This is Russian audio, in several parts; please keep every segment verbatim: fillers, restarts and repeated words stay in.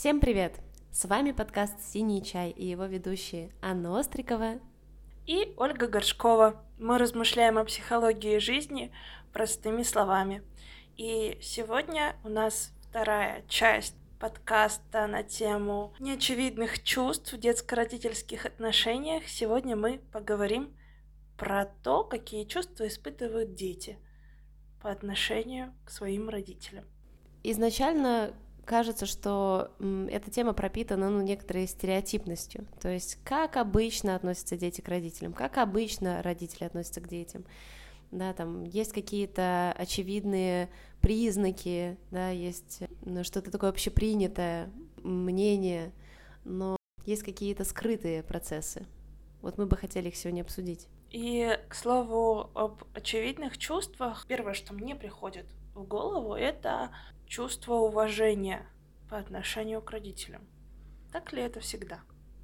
Всем привет! С вами подкаст «Синий чай» и его ведущие Анна Острикова и Ольга Горшкова. Мы размышляем о психологии жизни простыми словами. И сегодня у нас вторая часть подкаста на тему неочевидных чувств в детско-родительских отношениях. Сегодня мы поговорим про то, какие чувства испытывают дети по отношению к своим родителям. Изначально кажется, что м, эта тема пропитана ну, некоторой стереотипностью. То есть как обычно относятся дети к родителям, как обычно родители относятся к детям. Да, там есть какие-то очевидные признаки, да, есть ну, что-то такое общепринятое мнение, но есть какие-то скрытые процессы. Вот мы бы хотели их сегодня обсудить. И, к слову, об очевидных чувствах, первое, что мне приходит в голову, это чувство уважения по отношению к родителям. Так ли это всегда?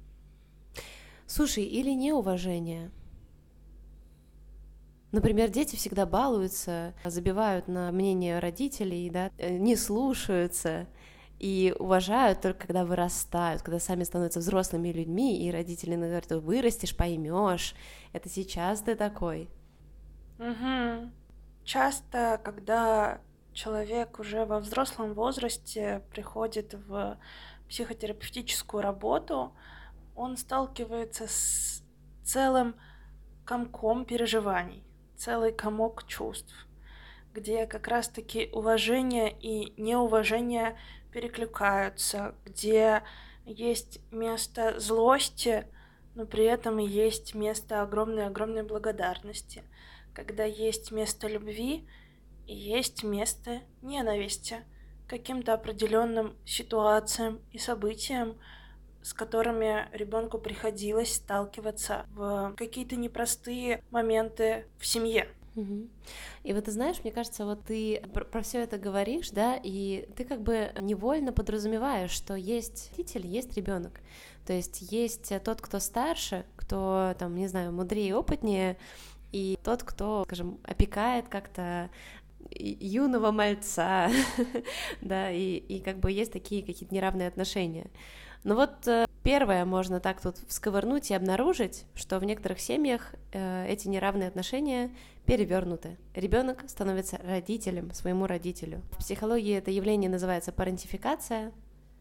Слушай, или неуважение. Например, дети всегда балуются, забивают на мнение родителей, да, не слушаются и уважают только когда вырастают, когда сами становятся взрослыми людьми, и родители говорят: вырастешь, поймешь, это сейчас ты такой. Угу. Часто, когда человек уже во взрослом возрасте приходит в психотерапевтическую работу, он сталкивается с целым комком переживаний, целый комок чувств, где как раз-таки уважение и неуважение перекликаются, где есть место злости, но при этом и есть место огромной-огромной благодарности, когда есть место любви и есть место ненависти к каким-то определенным ситуациям и событиям, с которыми ребенку приходилось сталкиваться в какие-то непростые моменты в семье. Угу. И вот ты знаешь, мне кажется, вот ты про, про все это говоришь, да, и ты как бы невольно подразумеваешь, что есть родитель, есть ребенок. То есть есть тот, кто старше, кто там, не знаю, мудрее и опытнее, и тот, кто, скажем, опекает как-то юного мальца, да, и, и как бы есть такие какие-то неравные отношения. Но вот первое, можно так тут всковырнуть и обнаружить, что в некоторых семьях э, эти неравные отношения перевернуты. Ребенок становится родителем своему родителю. В психологии это явление называется парентификация.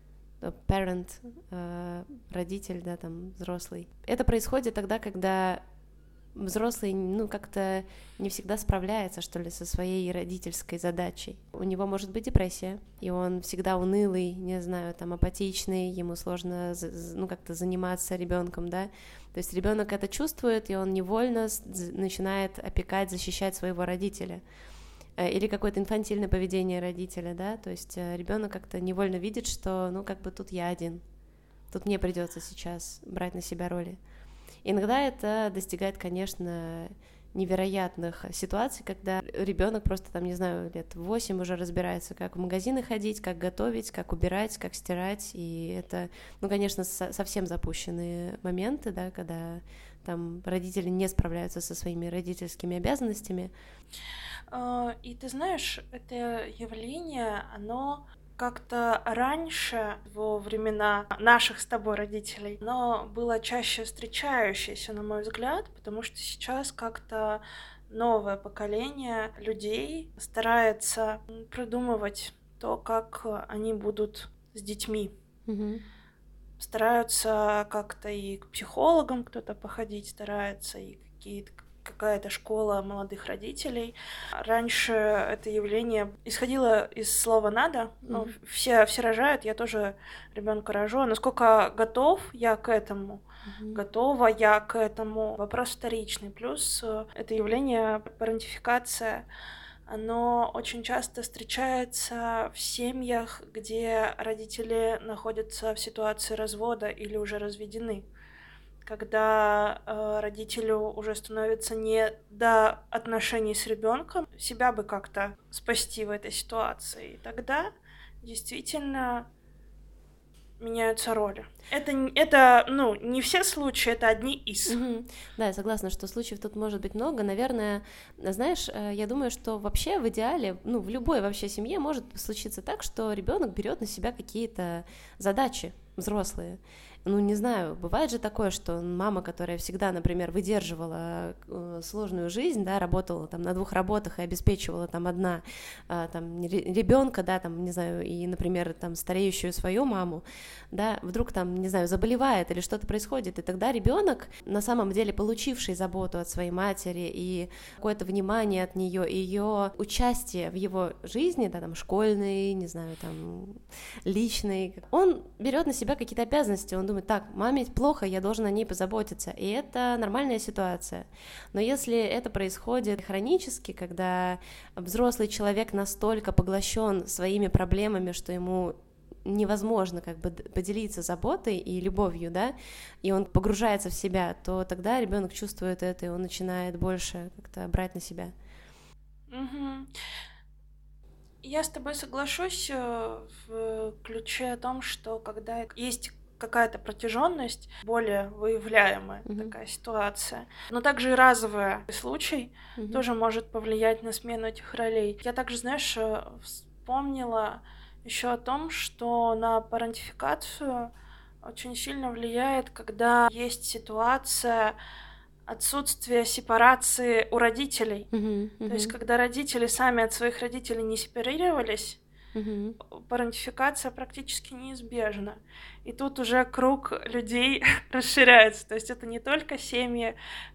Parent, э, родитель, да, там, взрослый. Это происходит тогда, когда взрослый, ну, как-то не всегда справляется, что ли, со своей родительской задачей. У него может быть депрессия, и он всегда унылый, не знаю, там, апатичный, ему сложно, ну, как-то заниматься ребенком, да. То есть ребенок это чувствует, и он невольно начинает опекать, защищать своего родителя. Или какое-то инфантильное поведение родителя, да, то есть ребенок как-то невольно видит, что, ну, как бы тут я один, тут мне придется сейчас брать на себя роли. Иногда это достигает, конечно, невероятных ситуаций, когда ребенок просто, там, не знаю, лет восемь уже разбирается, как в магазины ходить, как готовить, как убирать, как стирать, и это, ну, конечно, со- совсем запущенные моменты, да, когда там родители не справляются со своими родительскими обязанностями. И ты знаешь, это явление, оно как-то раньше, во времена наших с тобой родителей, но было чаще встречающееся, на мой взгляд, потому что сейчас как-то новое поколение людей старается придумывать то, как они будут с детьми. Mm-hmm. Стараются как-то и к психологам кто-то походить, старается и какие-то какая-то школа молодых родителей. Раньше это явление исходило из слова «надо». Ну, mm-hmm. все, все рожают, я тоже ребенка рожу. Насколько готов я к этому, mm-hmm. готова я к этому, вопрос вторичный. Плюс это явление парентификация, оно очень часто встречается в семьях, где родители находятся в ситуации развода или уже разведены, когда э, родителю уже становится не до отношений с ребенком, себя бы как-то спасти в этой ситуации. И тогда действительно меняются роли. Это, это, ну, не все случаи, это одни из. Угу. Да, я согласна, что случаев тут может быть много. Наверное, знаешь, я думаю, что вообще в идеале, ну, в любой вообще семье может случиться так, что ребенок берет на себя какие-то задачи взрослые. Ну, не знаю, бывает же такое, что мама, которая всегда, например, выдерживала сложную жизнь, да, работала там на двух работах и обеспечивала там одна, там, ребенка, да, там, не знаю, и, например, там, стареющую свою маму, да, вдруг там, не знаю, заболевает или что-то происходит, и тогда ребенок, на самом деле, получивший заботу от своей матери и какое-то внимание от нее, и ее участие в его жизни, да, там, школьной, не знаю, там, личной, он берет на себя какие-то обязанности, он думает, так, маме плохо, я должен о ней позаботиться, и это нормальная ситуация. Но если это происходит хронически, когда взрослый человек настолько поглощен своими проблемами, что ему невозможно как бы поделиться заботой и любовью, да, и он погружается в себя, то тогда ребенок чувствует это, и он начинает больше как-то брать на себя. Угу. Я с тобой соглашусь в ключе о том, что когда есть какая-то протяженность, более выявляемая mm-hmm. такая ситуация. Но также и разовый случай mm-hmm. тоже может повлиять на смену этих ролей. Я также, знаешь, вспомнила еще о том, что на парентификацию очень сильно влияет, когда есть ситуация отсутствия сепарации у родителей. Mm-hmm. Mm-hmm. То есть, когда родители сами от своих родителей не сепарировались, Uh-huh. парентификация практически неизбежна. И тут уже круг людей расширяется. То есть это не только семьи,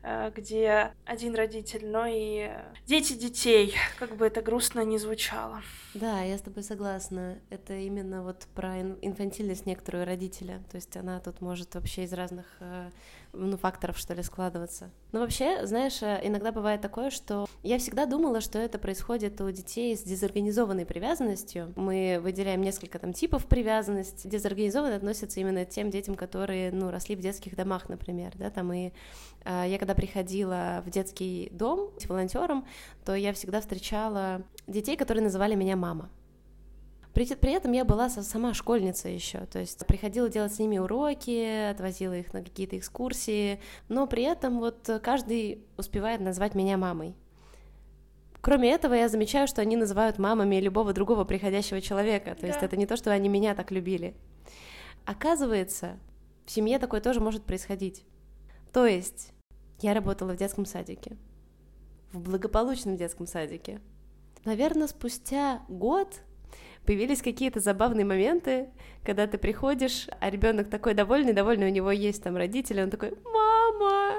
где один родитель, но и дети детей, как бы это грустно ни звучало. Да, я с тобой согласна. Это именно вот про инфантильность некоторую родителя. То есть она тут может вообще из разных ну, факторов, что ли, складываться. Но вообще, знаешь, иногда бывает такое, что я всегда думала, что это происходит у детей с дезорганизованной привязанностью. Мы выделяем несколько там типов привязанности. Дезорганизованные относятся именно к тем детям, которые, ну, росли в детских домах, например, да, там и э, я когда приходила в детский дом с волонтером, то я всегда встречала детей, которые называли меня мама. При, при этом я была сама школьница еще, то есть приходила делать с ними уроки, отвозила их на какие-то экскурсии, но при этом вот каждый успевает назвать меня мамой. Кроме этого, я замечаю, что они называют мамами любого другого приходящего человека, то да. есть это не то, что они меня так любили. Оказывается, в семье такое тоже может происходить. То есть я работала в детском садике, в благополучном детском садике. Наверное, спустя год появились какие-то забавные моменты, когда ты приходишь, а ребенок такой довольный, довольный, у него есть там родители, он такой: «Мама!»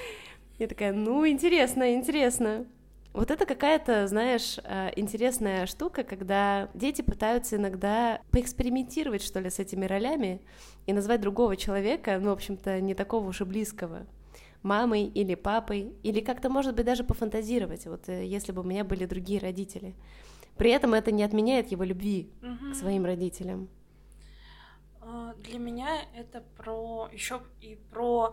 Я такая: «Ну, интересно, интересно». Вот это какая-то, знаешь, интересная штука, когда дети пытаются иногда поэкспериментировать, что ли, с этими ролями и назвать другого человека, ну, в общем-то, не такого уж и близкого, мамой или папой, или как-то, может быть, даже пофантазировать, вот если бы у меня были другие родители. При этом это не отменяет его любви mm-hmm. к своим родителям. Для меня это про еще и про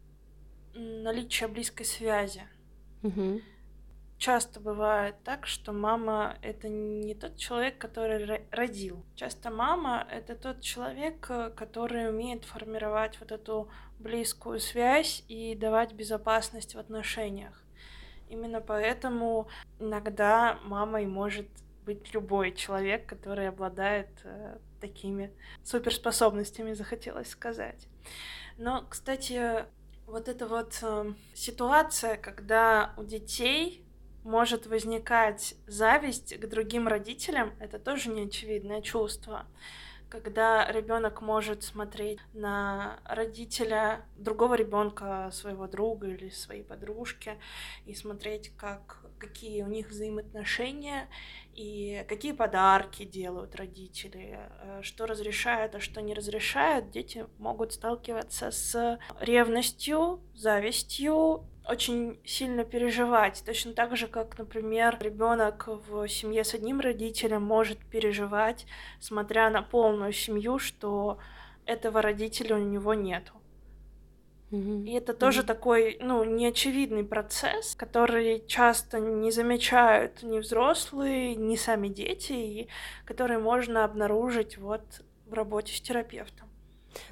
наличие близкой связи. Mm-hmm. Часто бывает так, что мама — это не тот человек, который родил. Часто мама — это тот человек, который умеет формировать вот эту близкую связь и давать безопасность в отношениях. Именно поэтому иногда мамой может быть любой человек, который обладает э, такими суперспособностями, захотелось сказать. Но, кстати, вот эта вот э, ситуация, когда у детей может возникать зависть к другим родителям, это тоже неочевидное чувство. Когда ребенок может смотреть на родителя другого ребенка, своего друга или своей подружки, и смотреть, как, какие у них взаимоотношения и какие подарки делают родители, что разрешают, а что не разрешают, дети могут сталкиваться с ревностью, завистью, очень сильно переживать. Точно так же, как, например, ребенок в семье с одним родителем может переживать, смотря на полную семью, что этого родителя у него нету. Mm-hmm. И это тоже mm-hmm. такой, ну, неочевидный процесс, который часто не замечают ни взрослые, ни сами дети, и который можно обнаружить вот в работе с терапевтом.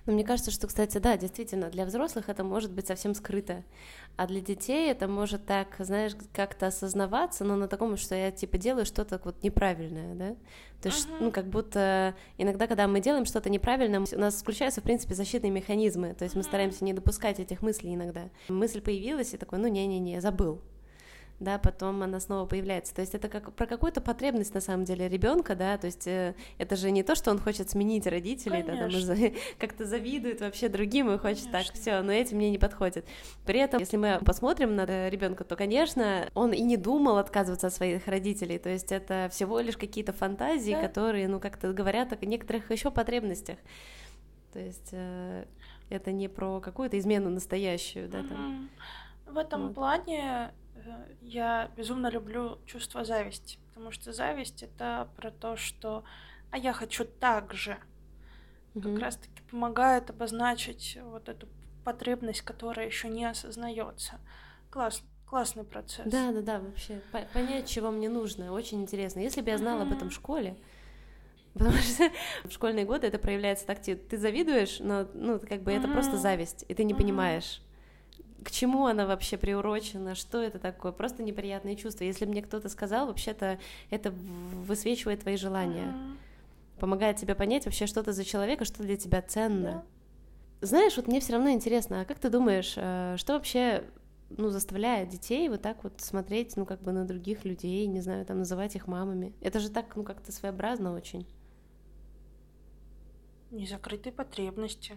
Но мне кажется, что, кстати, да, действительно, для взрослых это может быть совсем скрыто, а для детей это может так, знаешь, как-то осознаваться, но на таком, что я, типа, делаю что-то вот неправильное, да, то есть, uh-huh. ну, как будто иногда, когда мы делаем что-то неправильное, у нас включаются, в принципе, защитные механизмы, то есть uh-huh. мы стараемся не допускать этих мыслей иногда. Мысль появилась, и такой, ну, не-не-не, забыл. Да, потом она снова появляется. То есть это как про какую-то потребность на самом деле ребенка, да, то есть э, это же не то, что он хочет сменить родителей, да, там, как-то завидует вообще другим и хочет конечно. Так, все, но эти мне не подходят. При этом, если мы посмотрим на ребенка, то, конечно, он и не думал отказываться от своих родителей, то есть это всего лишь какие-то фантазии, да. которые, ну, как-то говорят о некоторых еще потребностях. То есть э, это не про какую-то измену настоящую, да, там. В этом вот. плане я безумно люблю чувство зависти, потому что зависть — это про то, что «а я хочу так же». Mm-hmm. Как раз-таки помогает обозначить вот эту потребность, которая еще не осознается. Класс, классный процесс. Да-да-да, вообще, понять, чего мне нужно, очень интересно. Если бы я знала mm-hmm. об этом в школе, потому что в школьные годы это проявляется так, ты завидуешь, но ну, как бы mm-hmm. это просто зависть, и ты не mm-hmm. понимаешь, к чему она вообще приурочена, что это такое, просто неприятные чувства. Если мне кто-то сказал, вообще-то это высвечивает твои желания, mm-hmm. помогает тебе понять вообще, что ты за человек, и что для тебя ценно. Yeah. Знаешь, вот мне все равно интересно, а как ты думаешь, что вообще, ну, заставляет детей вот так вот смотреть, ну, как бы на других людей, не знаю, там, называть их мамами? Это же так, ну, как-то своеобразно очень. Незакрытые потребности.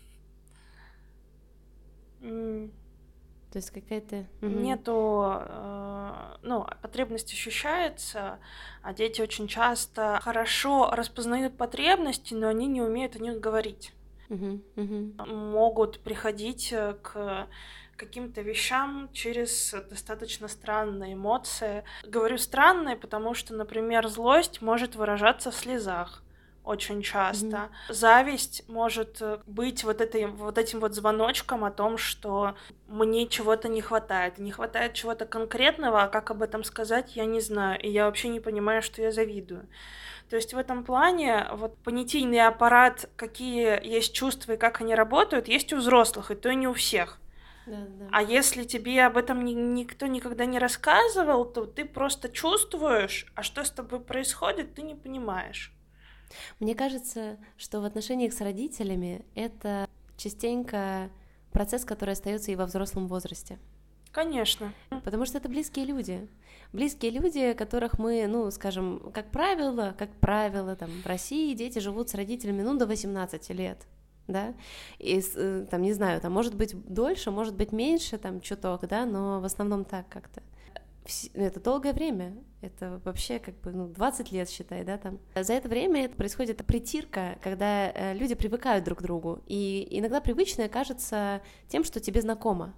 То есть какая-то... Нету... Э, ну, потребность ощущается, а дети очень часто хорошо распознают потребности, но они не умеют о них говорить. Uh-huh, uh-huh. Могут приходить к каким-то вещам через достаточно странные эмоции. Говорю странные, потому что, например, злость может выражаться в слезах. Очень часто. Mm-hmm. Зависть может быть вот, этой, вот этим вот звоночком о том, что мне чего-то не хватает. Не хватает чего-то конкретного, а как об этом сказать, я не знаю. И я вообще не понимаю, что я завидую. То есть в этом плане вот понятийный аппарат, какие есть чувства и как они работают, есть у взрослых, и то и не у всех. Да, да. А если тебе об этом ни, никто никогда не рассказывал, то ты просто чувствуешь, а что с тобой происходит, ты не понимаешь. Мне кажется, что в отношениях с родителями это частенько процесс, который остается и во взрослом возрасте. Конечно. Потому что это близкие люди. Близкие люди, которых мы, ну, скажем, как правило, как правило, там, в России дети живут с родителями, ну, до восемнадцати лет, да, и, там, не знаю, там, может быть, дольше, может быть, меньше, там, чуток, да, но в основном так как-то. Это долгое время, это вообще как бы ну, двадцать лет, считай, да, там. За это время это происходит притирка, когда э, люди привыкают друг к другу, и иногда привычное кажется тем, что тебе знакомо.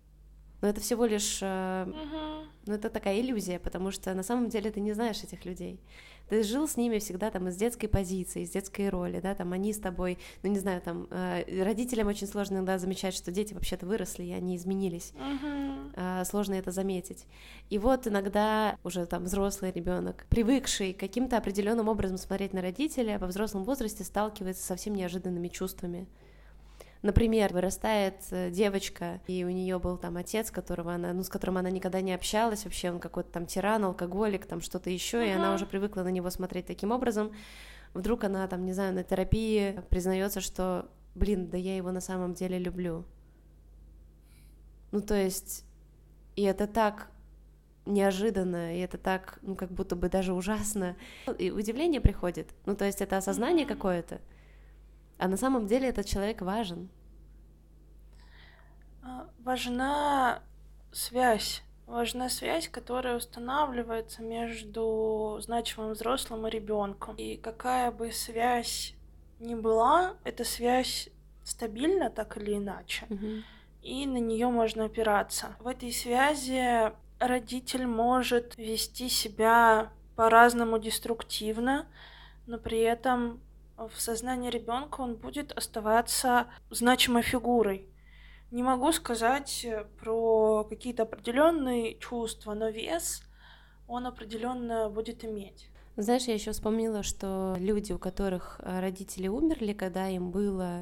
Но это всего лишь, э, uh-huh. ну, это такая иллюзия, потому что на самом деле ты не знаешь этих людей. Ты жил с ними всегда там из детской позиции, из детской роли, да, там они с тобой, ну, не знаю, там, э, родителям очень сложно иногда замечать, что дети вообще-то выросли, и они изменились. Uh-huh. Э, сложно это заметить. И вот иногда уже там взрослый ребенок, привыкший каким-то определенным образом смотреть на родителя, во взрослом возрасте сталкивается с совсем неожиданными чувствами. Например, вырастает девочка, и у нее был там отец, которого она, ну, с которым она никогда не общалась, вообще он какой-то там тиран, алкоголик, там что-то еще, uh-huh. и она уже привыкла на него смотреть таким образом. Вдруг она там, не знаю, на терапии признается, что, блин, да я его на самом деле люблю. Ну, то есть, и это так неожиданно, и это так, ну, как будто бы даже ужасно. И удивление приходит, ну, то есть это осознание uh-huh. какое-то. А на самом деле этот человек важен. Важна связь. Важна связь, которая устанавливается между значимым взрослым и ребенком. И какая бы связь ни была, эта связь стабильна так или иначе. Mm-hmm. И на нее можно опираться. В этой связи родитель может вести себя по-разному деструктивно, но при этом в сознании ребенка он будет оставаться значимой фигурой. Не могу сказать про какие-то определенные чувства, но вес он определенно будет иметь. Знаешь, я еще вспомнила, что люди, у которых родители умерли, когда им было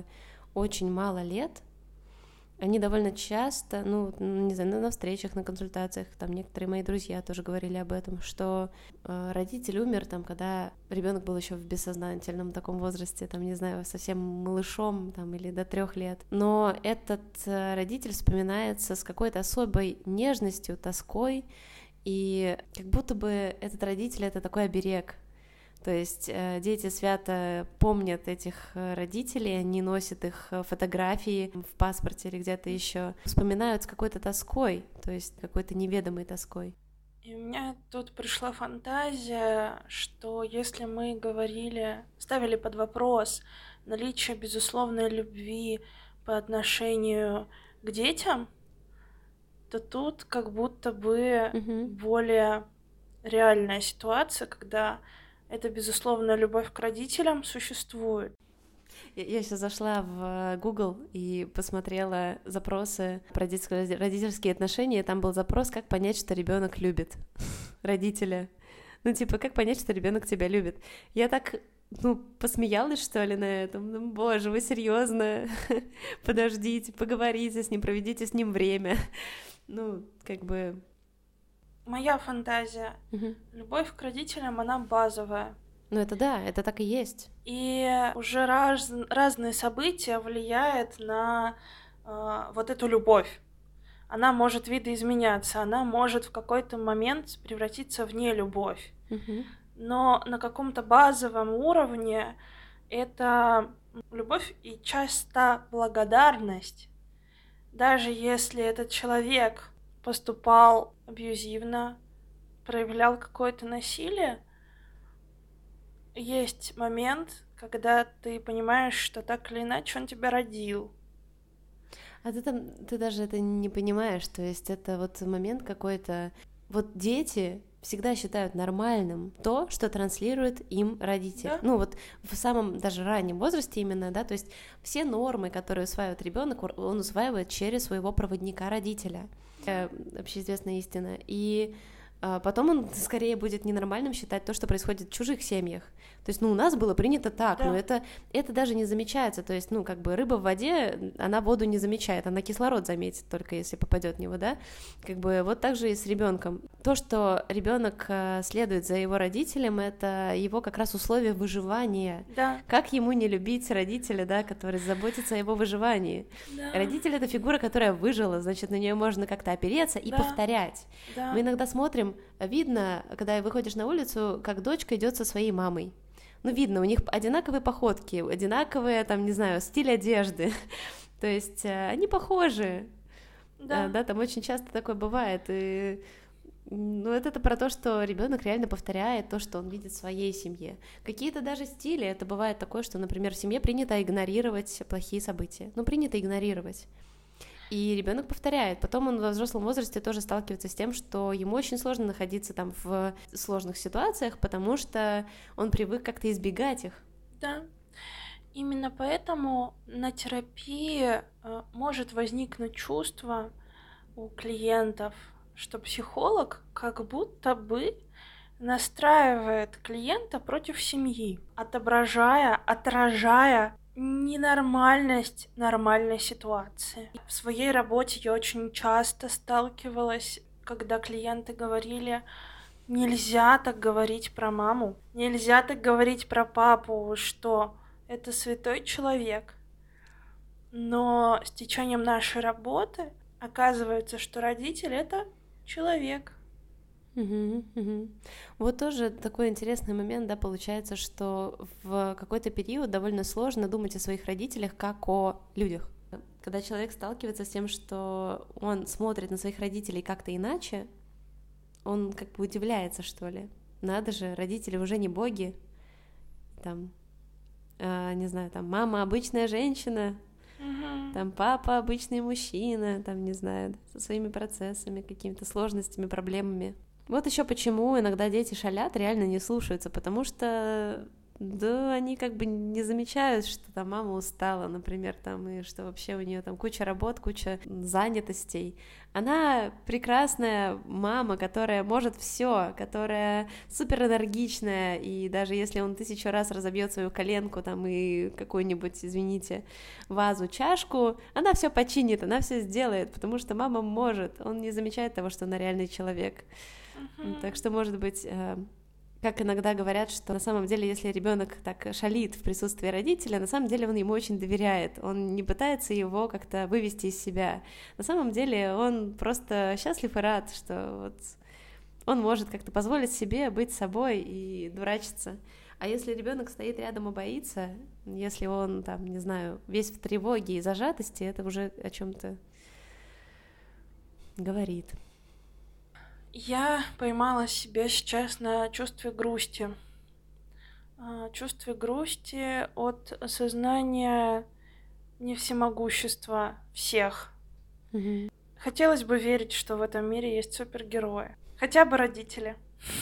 очень мало лет, они довольно часто, ну, не знаю, на встречах, на консультациях, там некоторые мои друзья тоже говорили об этом, что э, родитель умер, там, когда ребенок был еще в бессознательном таком возрасте, там, не знаю, совсем малышом, там, или до трех лет. Но этот э, родитель вспоминается с какой-то особой нежностью, тоской, и как будто бы этот родитель — это такой оберег. То есть э, дети свято помнят этих э, родителей, они носят их фотографии в паспорте или где-то еще, вспоминают с какой-то тоской, то есть какой-то неведомой тоской. И у меня тут пришла фантазия, что если мы говорили, ставили под вопрос наличие безусловной любви по отношению к детям, то тут как будто бы Угу. более реальная ситуация, когда эта безусловная любовь к родителям существует. Я сейчас зашла в Google и посмотрела запросы про детско-родительские отношения, и там был запрос, как понять, что ребенок любит родителя. Ну, типа, как понять, что ребенок тебя любит. Я так, ну, посмеялась, что ли, на этом. Ну, боже, вы серьезно? Подождите, поговорите с ним, проведите с ним время. Ну, как бы... Моя фантазия. Угу. Любовь к родителям, она базовая. Ну, это да, это так и есть. И уже раз, разные события влияют на э, вот эту любовь. Она может видоизменяться, она может в какой-то момент превратиться в нелюбовь. Угу. Но на каком-то базовом уровне это любовь и часто благодарность. Даже если этот человек поступал абьюзивно, проявлял какое-то насилие, есть момент, когда ты понимаешь, что так или иначе он тебя родил. А ты там, ты даже это не понимаешь, то есть это вот момент какой-то... Вот дети всегда считают нормальным то, что транслирует им родитель. Да? Ну вот в самом даже раннем возрасте именно, да, то есть все нормы, которые усваивает ребенок, он усваивает через своего проводника родителя. Это общеизвестная истина. И а потом он скорее будет ненормальным считать то, что происходит в чужих семьях. То есть, ну, у нас было принято так, Да. но это, это даже не замечается. То есть, ну, как бы рыба в воде, она воду не замечает, она кислород заметит только если попадет в него, да? Как бы вот так же и с ребенком. То, что ребенок следует за его родителем, это его как раз условие выживания. Да. Как ему не любить родителя, да, который заботится о его выживании? Да. Родитель — это фигура, которая выжила, значит, на нее можно как-то опереться и Да. повторять. Да. Мы иногда смотрим, видно, когда выходишь на улицу, как дочка идет со своей мамой. Ну, видно, у них одинаковые походки, одинаковые, там, не знаю, стиль одежды. То есть они похожи. Да. Да, там очень часто такое бывает. И, ну, это, это про то, что ребенок реально повторяет то, что он видит в своей семье. Какие-то даже стили, это бывает такое, что, например, в семье принято игнорировать плохие события. Ну, принято игнорировать. И ребенок повторяет. Потом он во взрослом возрасте тоже сталкивается с тем, что ему очень сложно находиться там в сложных ситуациях, потому что он привык как-то избегать их. Да. Именно поэтому на терапии э, может возникнуть чувство у клиентов, что психолог как будто бы настраивает клиента против семьи, отображая, отражая ненормальность нормальной ситуации. В своей работе я очень часто сталкивалась, когда клиенты говорили: нельзя так говорить про маму, нельзя так говорить про папу, что это святой человек. Но с течением нашей работы оказывается, что родитель — это человек. Угу, угу. Вот тоже такой интересный момент, да, получается, что в какой-то период довольно сложно думать о своих родителях как о людях. Когда человек сталкивается с тем, что он смотрит на своих родителей как-то иначе, он как бы удивляется, что ли. Надо же, родители уже не боги. Там, э, не знаю, там мама обычная женщина, Угу. там папа обычный мужчина, там, не знаю, со своими процессами, какими-то сложностями, проблемами. Вот еще почему иногда дети шалят, реально не слушаются, потому что да, они как бы не замечают, что там мама устала, например, там, и что вообще у нее там куча работ, куча занятостей. Она прекрасная мама, которая может все, которая супер энергичная, и даже если он тысячу раз разобьет свою коленку там и какую-нибудь, извините, вазу, чашку, она все починит, она все сделает, потому что мама может, он не замечает того, что она реальный человек. Uh-huh. Так что, может быть, как иногда говорят, что на самом деле, если ребенок так шалит в присутствии родителя, на самом деле он ему очень доверяет, он не пытается его как-то вывести из себя. На самом деле он просто счастлив и рад, что вот он может как-то позволить себе быть собой и дурачиться. А если ребенок стоит рядом и боится, если он там, не знаю, весь в тревоге и зажатости, это уже о чем-то говорит. Я поймала себя сейчас на чувстве грусти. Чувстве грусти от осознания не всемогущества всех. Mm-hmm. Хотелось бы верить, что в этом мире есть супергерои. Хотя бы родители.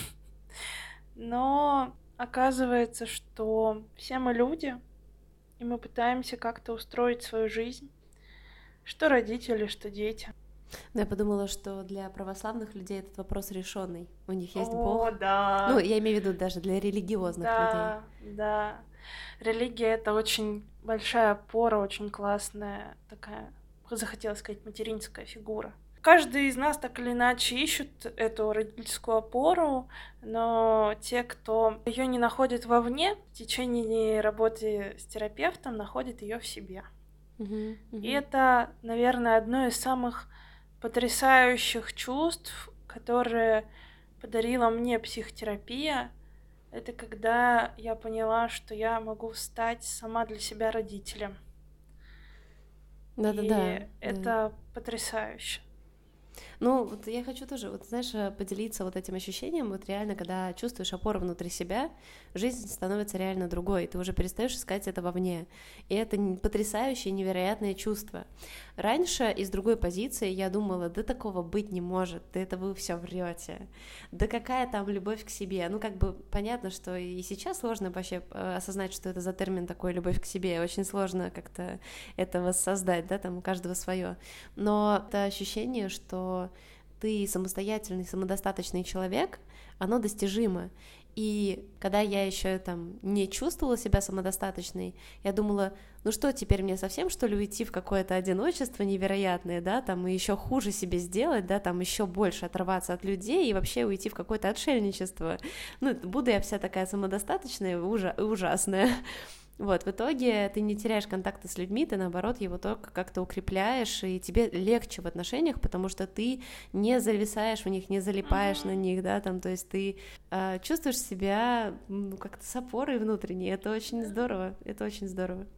Но оказывается, что все мы люди, и мы пытаемся как-то устроить свою жизнь. Что родители, что дети. Ну, я подумала, что для православных людей этот вопрос решенный. У них есть О, Бог. Да. Ну, я имею в виду даже для религиозных да, людей. Да, да. Религия — это очень большая опора, очень классная такая, захотелось сказать, материнская фигура. Каждый из нас так или иначе ищут эту родительскую опору, но те, кто ее не находит вовне, в течение работы с терапевтом находят ее в себе. Uh-huh, uh-huh. И это, наверное, одно из самых потрясающих чувств, которые подарила мне психотерапия, это когда я поняла, что я могу стать сама для себя родителем. Да-да-да. И это да. потрясающе. Ну, вот я хочу тоже, вот знаешь, поделиться вот этим ощущением, вот реально, когда чувствуешь опору внутри себя, жизнь становится реально другой, ты уже перестаешь искать это вовне, и это потрясающее, невероятное чувство. Раньше из другой позиции я думала, да такого быть не может, да это вы все врете, да какая там любовь к себе, ну, как бы понятно, что и сейчас сложно вообще осознать, что это за термин такой любовь к себе, очень сложно как-то это воссоздать, да, там у каждого свое, но это ощущение, что ты самостоятельный, самодостаточный человек, оно достижимо. И когда я еще там не чувствовала себя самодостаточной, я думала, ну что, теперь мне совсем, что ли, уйти в какое-то одиночество невероятное, да, там, и еще хуже себе сделать, да, там, еще больше оторваться от людей и вообще уйти в какое-то отшельничество. Ну, буду я вся такая самодостаточная и ужа- ужасная. Вот, в итоге ты не теряешь контакта с людьми, ты, наоборот, его только как-то укрепляешь, и тебе легче в отношениях, потому что ты не зависаешь в них, не залипаешь на них, да, там, то есть ты э, чувствуешь себя ну, как-то с опорой внутренней, это очень здорово, это очень здорово.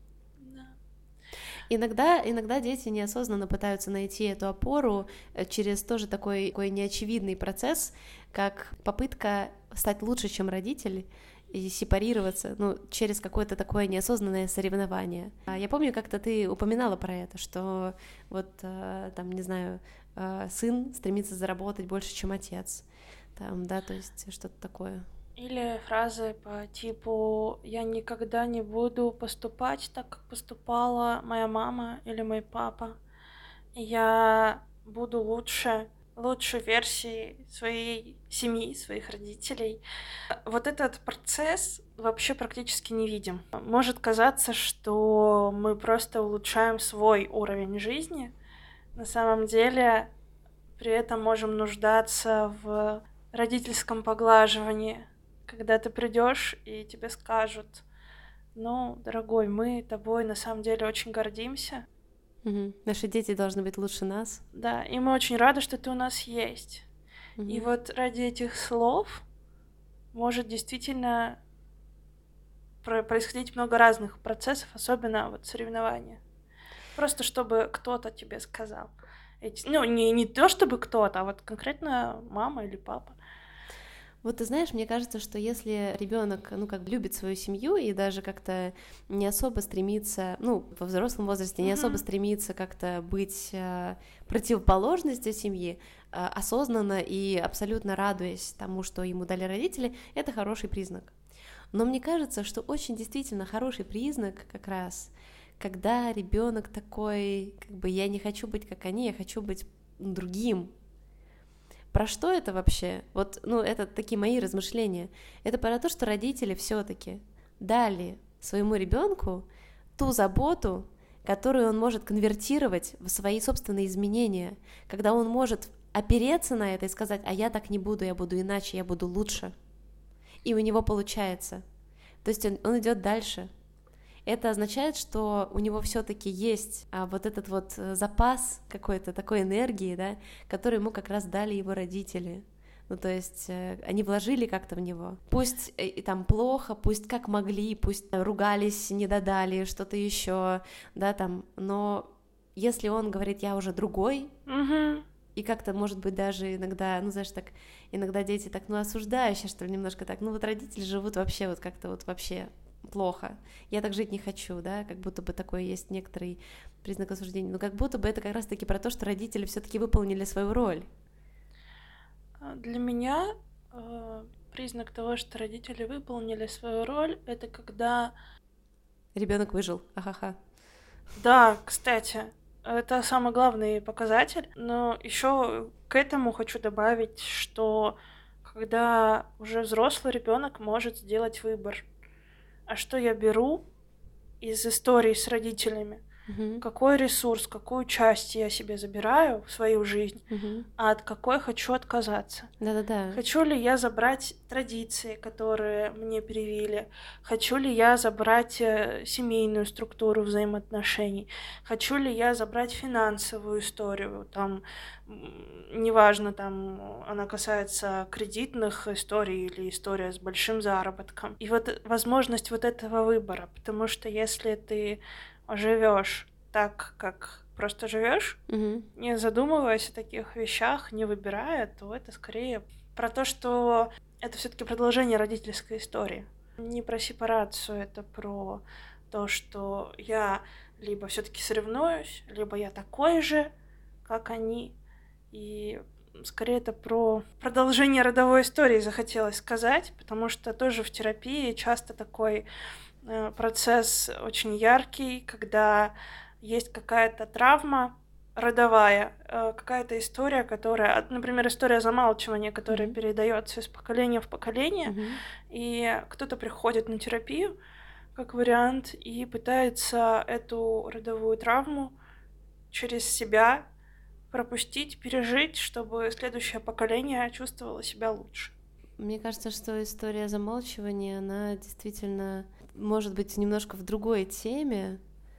Иногда, иногда дети неосознанно пытаются найти эту опору через тоже такой, такой неочевидный процесс, как попытка стать лучше, чем родитель, и сепарироваться, ну, через какое-то такое неосознанное соревнование. Я помню, как-то ты упоминала про это, что вот, там, не знаю, сын стремится заработать больше, чем отец, там, да, то есть что-то такое. Или фразы по типу «я никогда не буду поступать так, как поступала моя мама или мой папа, я буду лучше, лучшей версией своей семьи, своих родителей». Вот этот процесс вообще практически не видим. Может казаться, что мы просто улучшаем свой уровень жизни. На самом деле при этом можем нуждаться в родительском поглаживании, когда ты придешь и тебе скажут: ну, дорогой, мы тобой на самом деле очень гордимся. Угу. Наши дети должны быть лучше нас. Да, и мы очень рады, что ты у нас есть. Угу. И вот ради этих слов может действительно происходить много разных процессов, особенно вот соревнования. Просто чтобы кто-то тебе сказал. Эти... Ну, не, не то чтобы кто-то, а вот конкретно мама или папа. Вот ты знаешь, мне кажется, что если ребенок, ну, как бы любит свою семью и даже как-то не особо стремится, ну, во взрослом возрасте не mm-hmm. особо стремится как-то быть э, противоположностью семьи, э, осознанно и абсолютно радуясь тому, что ему дали родители, это хороший признак. Но мне кажется, что очень действительно хороший признак как раз, когда ребенок такой, как бы я не хочу быть как они, я хочу быть другим. Про что это вообще? Вот, ну, это такие мои размышления. Это про то, что родители все-таки дали своему ребенку ту заботу, которую он может конвертировать в свои собственные изменения, когда он может опереться на это и сказать: а я так не буду, я буду иначе, я буду лучше. И у него получается. То есть он, он идет дальше. Это означает, что у него все-таки есть а, вот этот вот запас какой-то такой энергии, да, который ему как раз дали его родители. Ну, то есть э, они вложили как-то в него. Пусть э, там плохо, пусть как могли, пусть ругались, не додали, что-то еще, да, там, но если он говорит: я уже другой, угу. И как-то, может быть, даже иногда, ну, знаешь, так, иногда дети так, ну, осуждающие, что ли, немножко так, ну, вот родители живут вообще вот как-то вот вообще плохо, я так жить не хочу, да, как будто бы такой есть некоторый признак осуждения, но как будто бы это как раз-таки про то, что родители все-таки выполнили свою роль. Для меня э, признак того, что родители выполнили свою роль, это когда... Ребенок выжил, ахаха. Да, кстати, это самый главный показатель, но еще к этому хочу добавить, что когда уже взрослый ребенок может сделать выбор, а что я беру из истории с родителями, Uh-huh. какой ресурс, какую часть я себе забираю в свою жизнь, Uh-huh. а от какой хочу отказаться. Да-да-да. Хочу ли я забрать традиции, которые мне привили? Хочу ли я забрать семейную структуру взаимоотношений? Хочу ли я забрать финансовую историю? Там, неважно, там она касается кредитных историй или история с большим заработком. И вот возможность вот этого выбора, потому что если ты живешь так, как просто живешь, угу. не задумываясь о таких вещах, не выбирая, то это скорее про то, что это все-таки продолжение родительской истории. Не про сепарацию, это про то, что я либо все-таки соревнуюсь, либо я такой же, как они. И скорее это про продолжение родовой истории захотелось сказать, потому что тоже в терапии часто такой процесс очень яркий, когда есть какая-то травма родовая, какая-то история, которая, например, история замалчивания, которая mm-hmm. передается из поколения в поколение, mm-hmm. и кто-то приходит на терапию как вариант и пытается эту родовую травму через себя пропустить, пережить, чтобы следующее поколение чувствовало себя лучше. Мне кажется, что история замалчивания, она действительно может быть немножко в другой теме,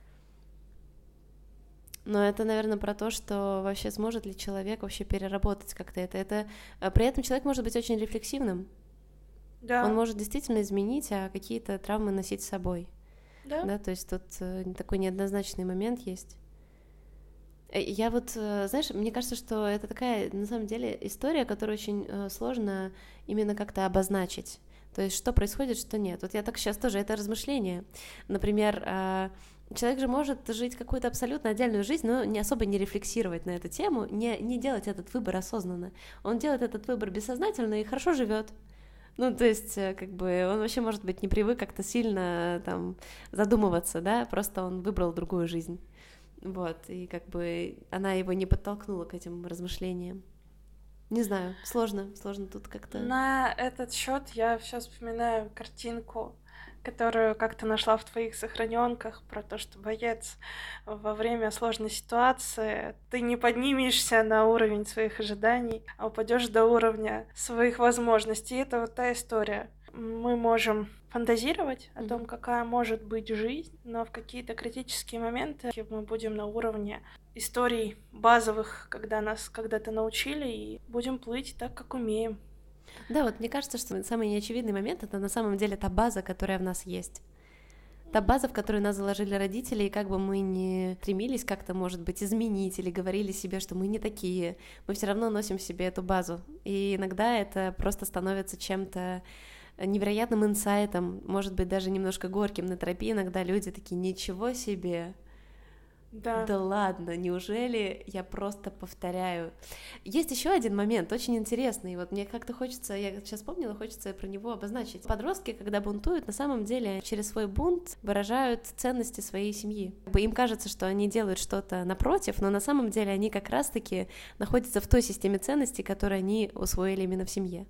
но это, наверное, про то, что вообще сможет ли человек вообще переработать как-то это. это... При этом человек может быть очень рефлексивным. Да. Он может действительно изменить, а какие-то травмы носить с собой. Да. Да, то есть тут такой неоднозначный момент есть. Я вот, знаешь, мне кажется, что это такая, на самом деле, история, которую очень сложно именно как-то обозначить. То есть что происходит, что нет. Вот я так сейчас тоже, это размышление. Например, человек же может жить какую-то абсолютно отдельную жизнь, но не особо не рефлексировать на эту тему, не, не делать этот выбор осознанно. Он делает этот выбор бессознательно и хорошо живет. Ну, то есть, как бы, он вообще, может быть, не привык как-то сильно там задумываться, да, просто он выбрал другую жизнь. Вот, и как бы она его не подтолкнула к этим размышлениям. Не знаю, сложно, сложно тут как-то... На этот счет я сейчас вспоминаю картинку, которую как-то нашла в твоих сохраненках, про то, что боец во время сложной ситуации ты не поднимешься на уровень своих ожиданий, а упадешь до уровня своих возможностей. И это вот та история. Мы можем фантазировать о том, какая может быть жизнь, но в какие-то критические моменты мы будем на уровне историй базовых, когда нас когда-то научили, и будем плыть так, как умеем. Да, вот мне кажется, что самый неочевидный момент — это на самом деле та база, которая в нас есть. Та база, в которую нас заложили родители, и как бы мы ни стремились как-то, может быть, изменить или говорили себе, что мы не такие, мы все равно носим в себе эту базу. И иногда это просто становится чем-то невероятным инсайтом, может быть, даже немножко горьким. На терапии иногда люди такие: ничего себе, Да. Да ладно, неужели я просто повторяю? Есть еще один момент, очень интересный, вот мне как-то хочется, я сейчас вспомнила, хочется про него обозначить. Подростки, когда бунтуют, на самом деле через свой бунт выражают ценности своей семьи. Им кажется, что они делают что-то напротив, но на самом деле они как раз-таки находятся в той системе ценностей, которые они усвоили именно в семье.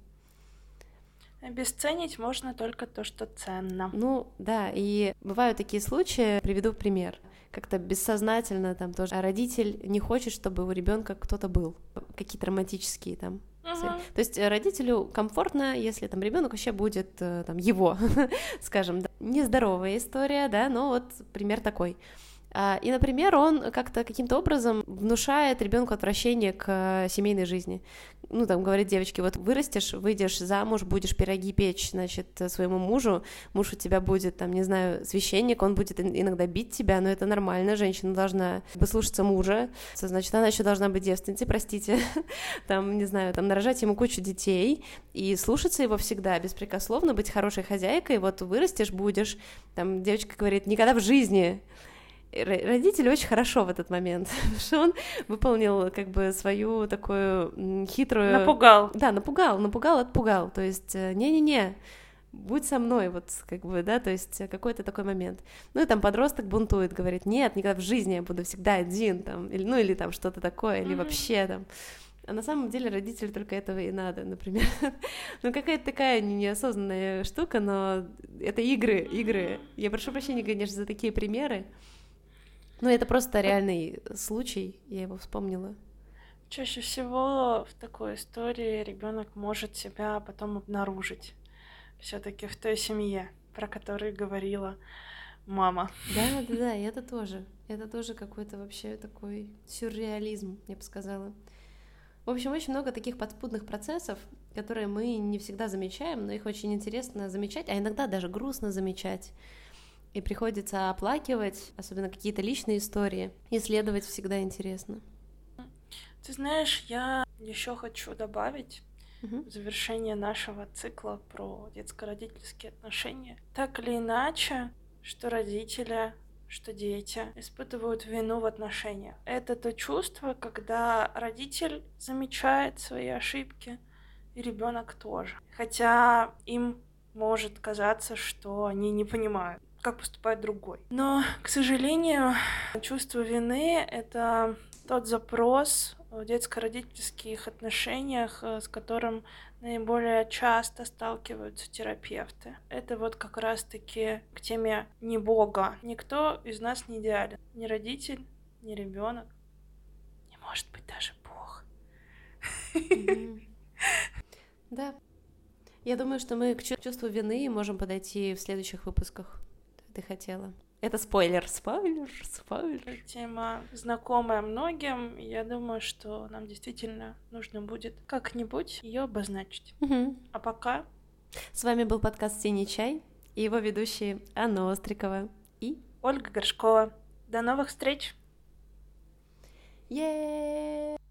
Обесценить можно только то, что ценно. Ну, да, и бывают такие случаи, приведу пример. Как-то бессознательно там тоже родитель не хочет, чтобы у ребенка кто-то был, какие-то романтические там. Uh-huh. То есть родителю комфортно, если там ребенок вообще будет там его, скажем, да. Нездоровая история, да, но вот пример такой. И, например, он как-то каким-то образом внушает ребенку отвращение к семейной жизни. Ну, там, говорит девочке, вот вырастешь, выйдешь замуж, будешь пироги печь, значит, своему мужу, муж у тебя будет, там, не знаю, священник, он будет иногда бить тебя, но это нормально, женщина должна послушаться мужа, значит, она еще должна быть девственницей, простите, там, не знаю, там, нарожать ему кучу детей и слушаться его всегда, беспрекословно, быть хорошей хозяйкой, вот вырастешь, будешь, там, девочка говорит, никогда в жизни. Родитель очень хорошо в этот момент, потому что он выполнил как бы свою такую хитрую... Напугал. Да, напугал, напугал, отпугал, то есть не-не-не, будь со мной, вот как бы, да, то есть какой-то такой момент. Ну и там подросток бунтует, говорит, нет, никогда в жизни я буду всегда один, там, или, ну или там что-то такое, или mm-hmm. вообще там... А на самом деле родителю только этого и надо, например. Ну, какая-то такая неосознанная штука, но это игры, игры. Я прошу прощения, конечно, за такие примеры. Ну, это просто реальный случай, я его вспомнила. Чаще всего в такой истории ребенок может себя потом обнаружить все-таки в той семье, про которую говорила мама. Да, да, да, и это тоже. Это тоже какой-то вообще такой сюрреализм, я бы сказала. В общем, очень много таких подспудных процессов, которые мы не всегда замечаем, но их очень интересно замечать, а иногда даже грустно замечать. И приходится оплакивать, особенно какие-то личные истории. Исследовать всегда интересно. Ты знаешь, я еще хочу добавить угу. в завершение нашего цикла про детско-родительские отношения. Так или иначе, что родители, что дети испытывают вину в отношениях. Это то чувство, когда родитель замечает свои ошибки, и ребенок тоже. Хотя им может казаться, что они не понимают, как поступает другой. Но, к сожалению, чувство вины — это тот запрос в детско-родительских отношениях, с которым наиболее часто сталкиваются терапевты. Это вот как раз-таки к теме не Бога. Никто из нас не идеален. Ни родитель, ни ребенок, не может быть даже Бог. Да. Я думаю, что мы к чувству вины можем подойти в следующих выпусках. Ты хотела. Это спойлер, спойлер, спойлер. Тема знакомая многим. Я думаю, что нам действительно нужно будет как-нибудь ее обозначить. Угу. А пока... С вами был подкаст «Синий чай» и его ведущие Анна Острикова и Ольга Горшкова. До новых встреч! Е-е-е!